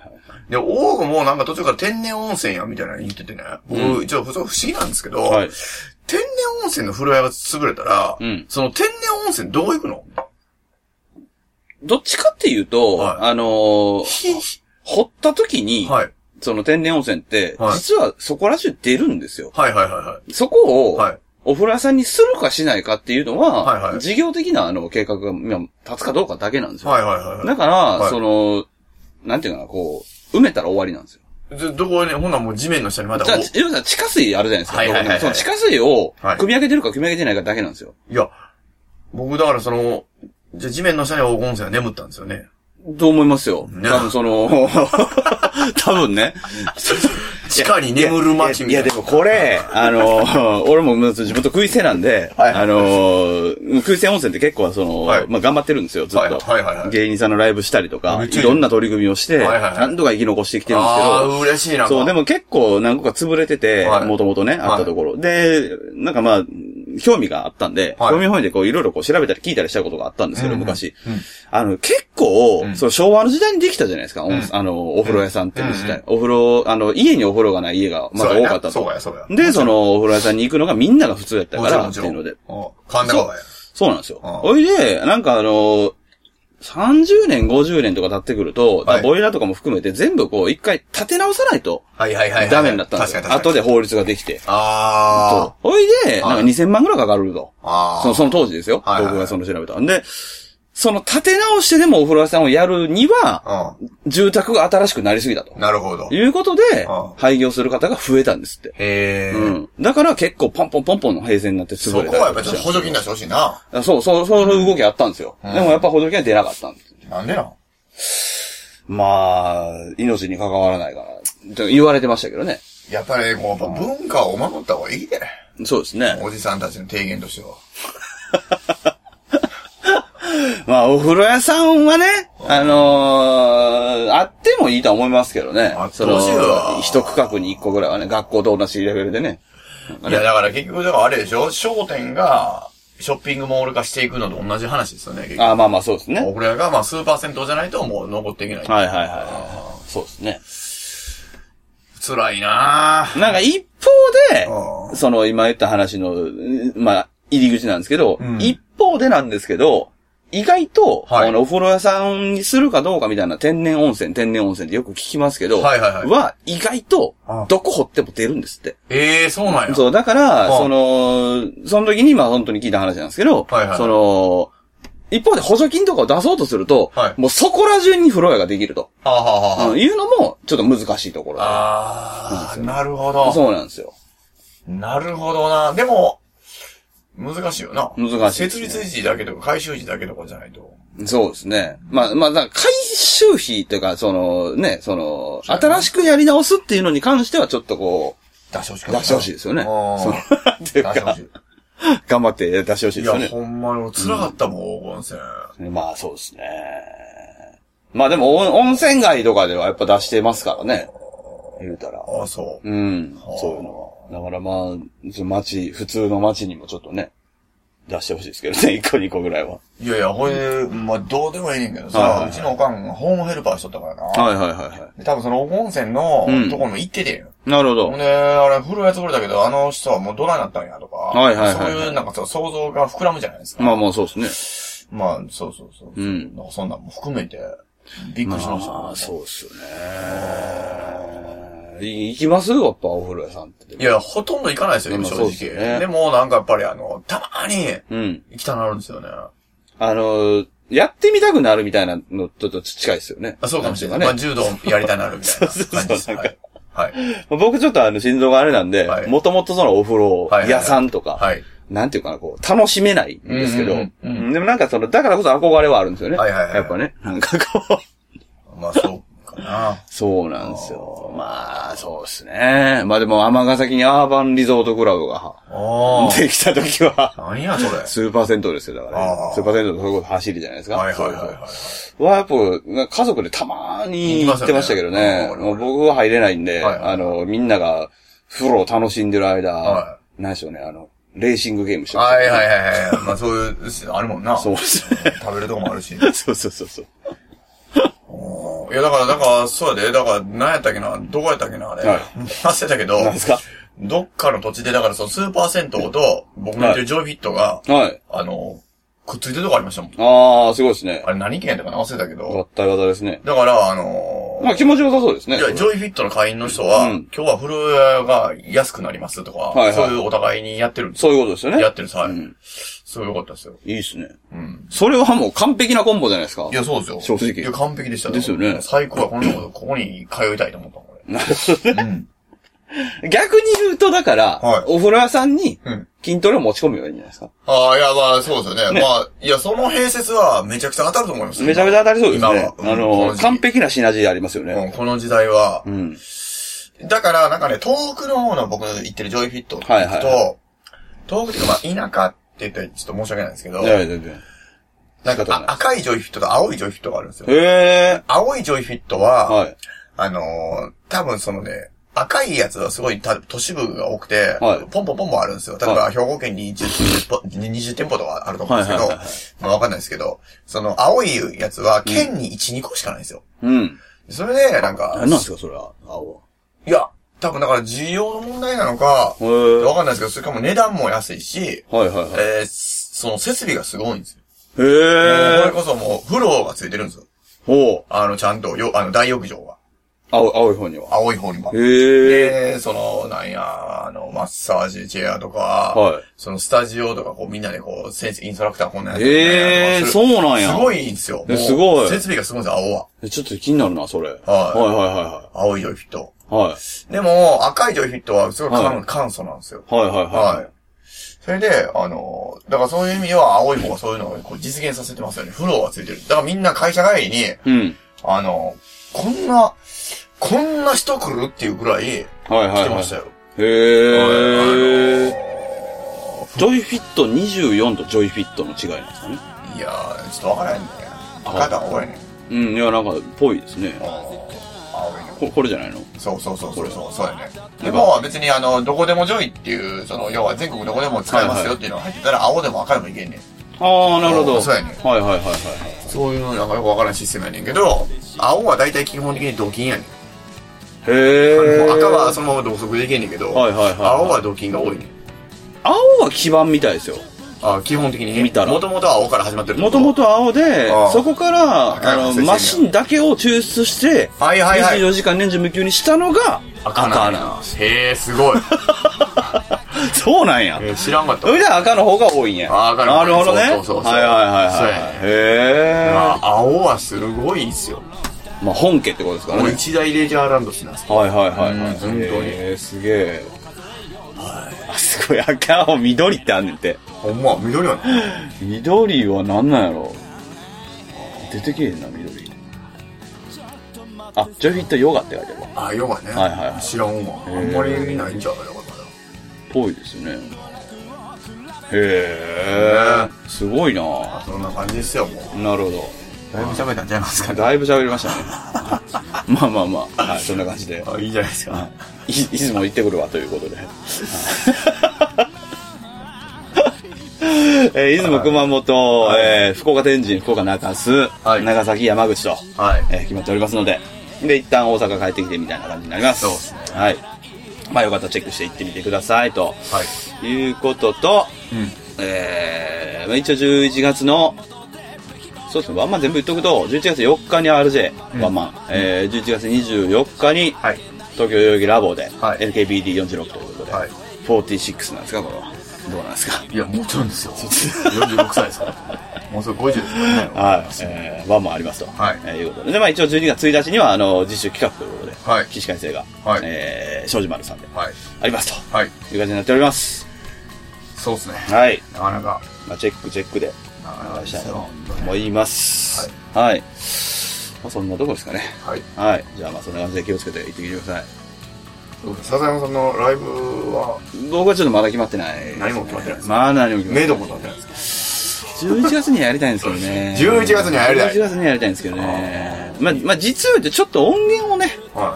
で、大御もなんか途中から天然温泉やみたいなの言っててね。僕、ちょっと不思議なんですけど、天然温泉の風呂屋が潰れたら、その天然温泉どう行くの？ どっちかっていうと、掘った時に、その天然温泉って、実はそこら中出るんですよ。そこを、お風呂屋さんにするかしないかっていうのは、事業的な計画が立つかどうかだけなんですよ。だから、なんていうかな、埋めたら終わりなんですよ。 どこね、ほんならもう地面の下にまだ。 じゃあ、地下水あるじゃないですか。その地下水を、組み上げてるか組み上げてないかだけなんですよ。 いや、僕だからじゃあ地面の下に黄金温泉は眠ったんですよね。 と思いますよ。多分ね。 地下に眠る街みたいな。 いやでもこれ、俺も自分と食いせなんで、食いせ温泉って結構頑張ってるんですよ、ずっと。芸人さんのライブしたりとか、いろんな取り組みをして、何度か生き残してきてるんですけど。 嬉しいな。 そう、でも結構何個か潰れてて、もともとね、あったところ。で、なんか興味があったんで、興味本位でいろいろ調べたり聞いたりしたことがあったんですけど、昔。結構、昭和の時代にできたじゃないですか、お風呂屋さんっていう時代。家にお風呂がない家がまだ多かったと。 そうや。 で、お風呂屋さんに行くのがみんなが普通やったから、っていうので。そうなんですよ。おいで、なんか30年、50年とか経ってくると、ボイラーとかも含めて全部一回立て直さないと、ダメになったんですよ。後で法律ができて。おいで、なんか2000万ぐらいかかると。その当時ですよ。僕が調べた。んで、立て直してでもお風呂屋さんをやるには、住宅が新しくなりすぎだと。 なるほど。 いうことで、廃業する方が増えたんですって。だから結構ポンポンの平成になって潰れた。 そこはやっぱりちょっと補助金出してほしいな。 そういう動きあったんですよ。でもやっぱ補助金は出なかったんです。 なんでなん命に関わらないから、と言われてましたけどね。 やっぱり文化を守った方がいいで。 そうですね。 おじさんたちの提言としては。 お風呂屋さんはね、あってもいいとは思いますけどね。一区画に一個ぐらいはね、学校と同じレベルでね。 いや、だから結局、あれでしょ？商店が、ショッピングモール化していくのと同じ話ですよね、結局。 そうですね。 お風呂屋が、スーパー銭湯じゃないともう残っていけない。 そうですね。 辛いなぁ。 なんか一方で、今言った話の、入り口なんですけど、一方でなんですけど、意外と、お風呂屋さんにするかどうかみたいな天然温泉ってよく聞きますけど、意外と、どこ掘っても出るんですって。 そうなんや。 そう、だから、その時に本当に聞いた話なんですけど、一方で補助金とかを出そうとすると、もうそこら中に風呂屋ができると。いうのも、ちょっと難しいところ。 なるほど。 そうなんですよ。 なるほどな。でも、難しいよな。 難しい。 設立時だけとか、回収時だけとかじゃないと。 そうですね。だから回収費というか、新しくやり直すっていうのに関してはちょっと出してほしいですよね。っていうか、頑張って出してほしいですよね。 いや、ほんまに辛かったもん、温泉。 そうですね。でも、温泉街とかではやっぱ出してますからね。言うたら。 そう。 そういうのは。だから普通の街にもちょっとね、出してほしいですけどね、1個2個ぐらいは。 いやいや、ほいで、どうでもいいねんけどさ、うちのおかんがホームヘルパーしとったからな。多分その温泉のところも行っててんよ。 なるほど。 ほんで、風呂やつぶれたけど、あの人はもうどないなったんやとか、そういうなんか想像が膨らむじゃないですか。 そうですね。 そう。なんかそんなんも含めて、びっくりしましたね。 そうっすよね。行きますやっぱお風呂屋さんって。 いや、ほとんど行かないですよ、正直。でも、なんかやっぱりたまに、行きたくなるんですよね。 やってみたくなるみたいなのちょっと近いですよね。 そうかもしれない。柔道やりたくなるみたいな感じです。僕ちょっと心臓があれなんで、もともとお風呂屋さんとか、 なんていうかな、こう、楽しめないんですけど、でもなんかだからこそ憧れはあるんですよね。やっぱね、なんかこう。まあそうかな。 そうなんですよ。まあ、そうですね。まあでも、尼崎にアーバンリゾートクラブが、できた時は、 何やそれ。 スーパー銭湯ですよ、だから、ね。スーパー銭湯のそういうこと走りじゃないですか。 はい。 やっぱ、家族でたまーに行ってましたけどね。もう僕は入れないんで、みんなが風呂を楽しんでる間、何でしょうね、レーシングゲームしてました、 ね。まあそういう、あるもんな。 そうですね。 食べるとこもあるし。 そう。 いや、だから、そうやで。だから、何やったっけな、どこやったっけな、あれ。忘れたけど。 何ですか？ どっかの土地で、だからそのスーパー銭湯と、僕の言ってるジョイフィットが、くっついてるとこありましたもん。 ああ、すごいですね。 あれ何県やったかな忘れたけど。 合体型ですね。 だから、 まあ気持ちよさそうですね。 いや、ジョイフィットの会員の人は、今日は風呂屋が安くなりますとか、そういうお互いにやってるんですよ。そういうことですよね。 やってるさ、そういうことですよ。 いいですね。それはもう完璧なコンボじゃないですか。 いや、そうですよ。 正直。 いや、完璧でしたね。 ですよね。 最高はこのこと、ここに通いたいと思ったもん、これ。 なるほどね。逆に言うと、だから、お風呂屋さんに、筋トレを持ち込むようにいいんじゃないですか。 ああ、いや、まあ、そうですよね。まあ、いや、その併設はめちゃくちゃ当たると思います。 めちゃくちゃ当たりそうですね。今は。完璧なシナジーありますよね。 この時代は。だから、なんかね、東北の方の僕行ってるジョイフィットって行くと、東北っていうか、まあ、田舎って言ったらちょっと申し訳ないんですけど、なんか赤いジョイフィットと青いジョイフィットがあるんですよ。青いジョイフィットは、多分そのね、赤いやつはすごい都市部が多くて、ポンポンあるんですよ。例えば兵庫県に20店舗とかあると思うんですけど、まあわかんないですけど、その青いやつは県に1、2個しかないんですよ。それで、なんか。 何なんですか、それは、青は。 いや、多分だから需要の問題なのか、わかんないですけど、それかも値段も安いし、その設備がすごいんですよ。これこそもう風呂がついてるんですよ。ちゃんと、大浴場が。 青い方には。 青い方には。で、なんや、マッサージチェアとか、そのスタジオとか、こうみんなでこう、インストラクターこんなやつ。そうなんや。 すごいんですよ。 すごい。 設備がすごいんですよ、青は。 ちょっと気になるな、それ。 青いジョイフィット。でも、赤いジョイフィットはすごい簡素なんですよ。それで、だからそういう意味では青い方がそういうのをこう実現させてますよね。風呂がついてる。だからみんな会社帰りに、こんな人来るっていうぐらい、来てましたよ。 ジョイフィット24とジョイフィットの違いなんですかね。 いやー、ちょっとわからへんね。赤だ、これね。 いや、なんか、ぽいですね。これじゃないの？ そうやね。でも別にどこでもジョイっていう、要は全国どこでも使えますよっていうのが入ってたら、青でも赤でもいけんねん。 ああ、なるほど。 そうやね。そういうのなんかよくわからんシステムやねんけど、青は大体基本的に土金やねん。赤はそのまま同速でいけんねんけど、青は土金が多いねん。 青は基盤みたいですよ。 基本的に見たら。もともと青から始まってる。 もともと青で、そこから、マシンだけを抽出して、24時間年中無休にしたのが赤なんです。 へー、すごい。 そうなんや。 知らんかった。 それで赤の方が多いんや。なるほどね。 そう。 へー。 青はすごいんすよ。 まあ本家ってことですからね。 もう一大レジャーランドしなんですよ。 本当に。すげえ。すごい、赤、青、緑ってあんねんて。 ほんま、緑はね。 緑は何なんやろ。出てけえへんな、緑。ジョイフィットヨガって書いてあるわ。 ヨガね。知らんわ。あんまり見ないんちゃうかな、 ぽいですね。へー。すごいな。 そんな感じですよ、もう。 なるほど。 だいぶ喋ったんちゃいますかね。 だいぶ喋りましたね。まあ。はい、そんな感じで。 いいじゃないですか。 出雲行ってくるわ、ということで。出雲、熊本、福岡天神、福岡中洲、長崎、山口と、決まっておりますので、で、一旦大阪帰ってきてみたいな感じになります。 そうですね。 はい。まあ、よかったらチェックして行ってみてください、ということと、一応11月の、そうですね、ワンマン全部言っとくと、11月4日に RJ、ワンマン、11月24日に、東京代々木ラボで、LKBD46 ということで、46なんですか、これは。どうなんですか？ いや、もちろんですよ。46歳ですから。もうすぐ50ですからね。ワンマンありますと。いうことで。で、まあ一応12月1日には、実習企画ということで、起死回生が、庄司丸さんで、ありますと。いう感じになっております。 そうですね。 はい。 なかなか。 まあ、チェックで、お願いしたいと思います。はい。はい。まあ、そんなとこですかね。はい。はい。じゃあ、まあ、そんな感じで気をつけて行ってきてください。 笹山さんのライブは僕はちょっとまだ決まってない。 何も決まってないです。 まあ何も決まってない。 メイドも決まってないですか。 11月にはやりたいんですけどね。 11月にはやりたい。 11月にはやりたいんですけどね。まあ実を言ってちょっと音源をね、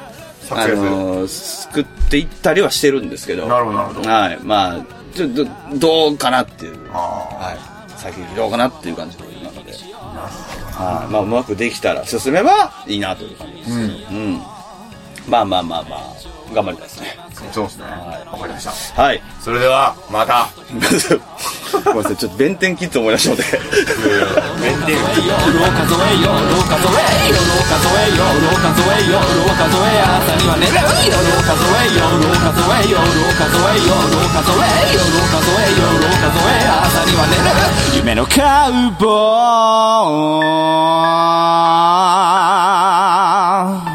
作っていったりはしてるんですけど。 なるほどなるほど。 はい。まあちょっとどうかなっていう。はい。先行きどうかなっていう感じなので。はい。まあうまくできたら進めばいいなという感じです。うん。まあ頑張りたいですね。 そうですね。はい。わかりました。 はい。 それでは、また。 ごめんなさい、ちょっと弁天キッズ思い出しまって。弁天キッズ。 夢のカウボーイ